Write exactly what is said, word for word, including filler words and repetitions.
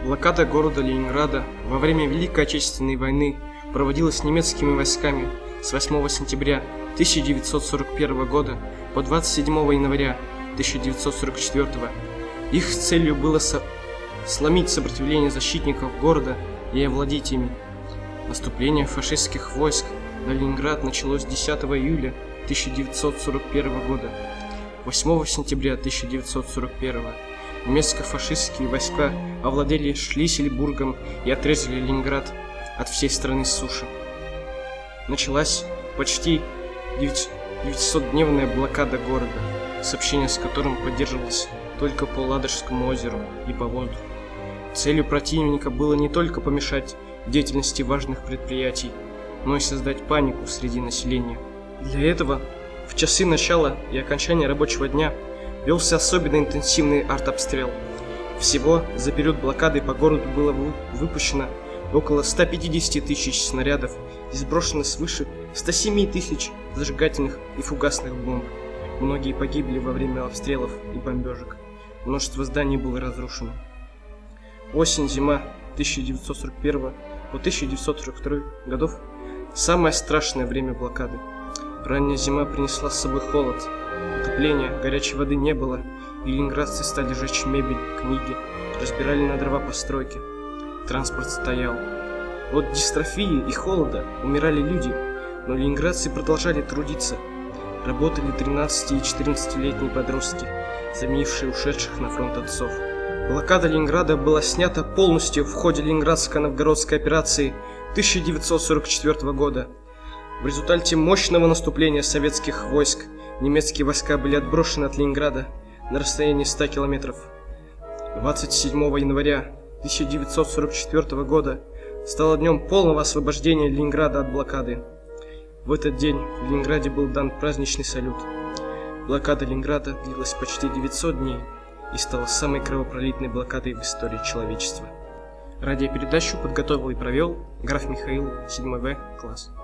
Блокада города Ленинграда во время Великой Отечественной войны проводилась немецкими войсками с восьмого сентября тысяча девятьсот сорок первого года по двадцать седьмого января тысяча девятьсот сорок четвёртого. Их целью было со сломить сопротивление защитников города и овладеть ими. Наступление фашистских войск на Ленинград началось десятого июля тысяча девятьсот сорок первого года. восьмого сентября тысяча девятьсот сорок первого немецко-фашистские войска овладели Шлиссельбургом и отрезали Ленинград от всей страны с суши. Началась почти девятисотдневная блокада города, сообщение с которым поддерживалось только по Ладожскому озеру и по воздуху. Целью противника было не только помешать деятельности важных предприятий, но и создать панику среди населения. Для этого в часы начала и окончания рабочего дня велся особенно интенсивный артобстрел. Всего за период блокады по городу было выпущено около ста пятидесяти тысяч снарядов и сброшено свыше ста семи тысяч зажигательных и фугасных бомб. Многие погибли во время обстрелов и бомбежек. Множество зданий было разрушено. Осень-зима тысяча девятьсот сорок первого по тысяча девятьсот сорок второй годов – самое страшное время блокады. Ранняя зима принесла с собой холод, отопления, горячей воды не было, и ленинградцы стали жечь мебель, книги, разбирали на дрова постройки. Транспорт стоял. От дистрофии и холода умирали люди, но ленинградцы продолжали трудиться. Работали тринадцати- и четырнадцатилетние подростки, заменившие ушедших на фронт отцов. Блокада Ленинграда была снята полностью в ходе Ленинградско-Новгородской операции тысяча девятьсот сорок четвёртого года. В результате мощного наступления советских войск немецкие войска были отброшены от Ленинграда на расстоянии ста километров. двадцать седьмого января тысяча девятьсот сорок четвёртого года стало днем полного освобождения Ленинграда от блокады. В этот день в Ленинграде был дан праздничный салют. Блокада Ленинграда длилась почти девятьсот дней и стала самой кровопролитной блокадой в истории человечества. Радиопередачу подготовил и провел граф Михаил, седьмой В класс.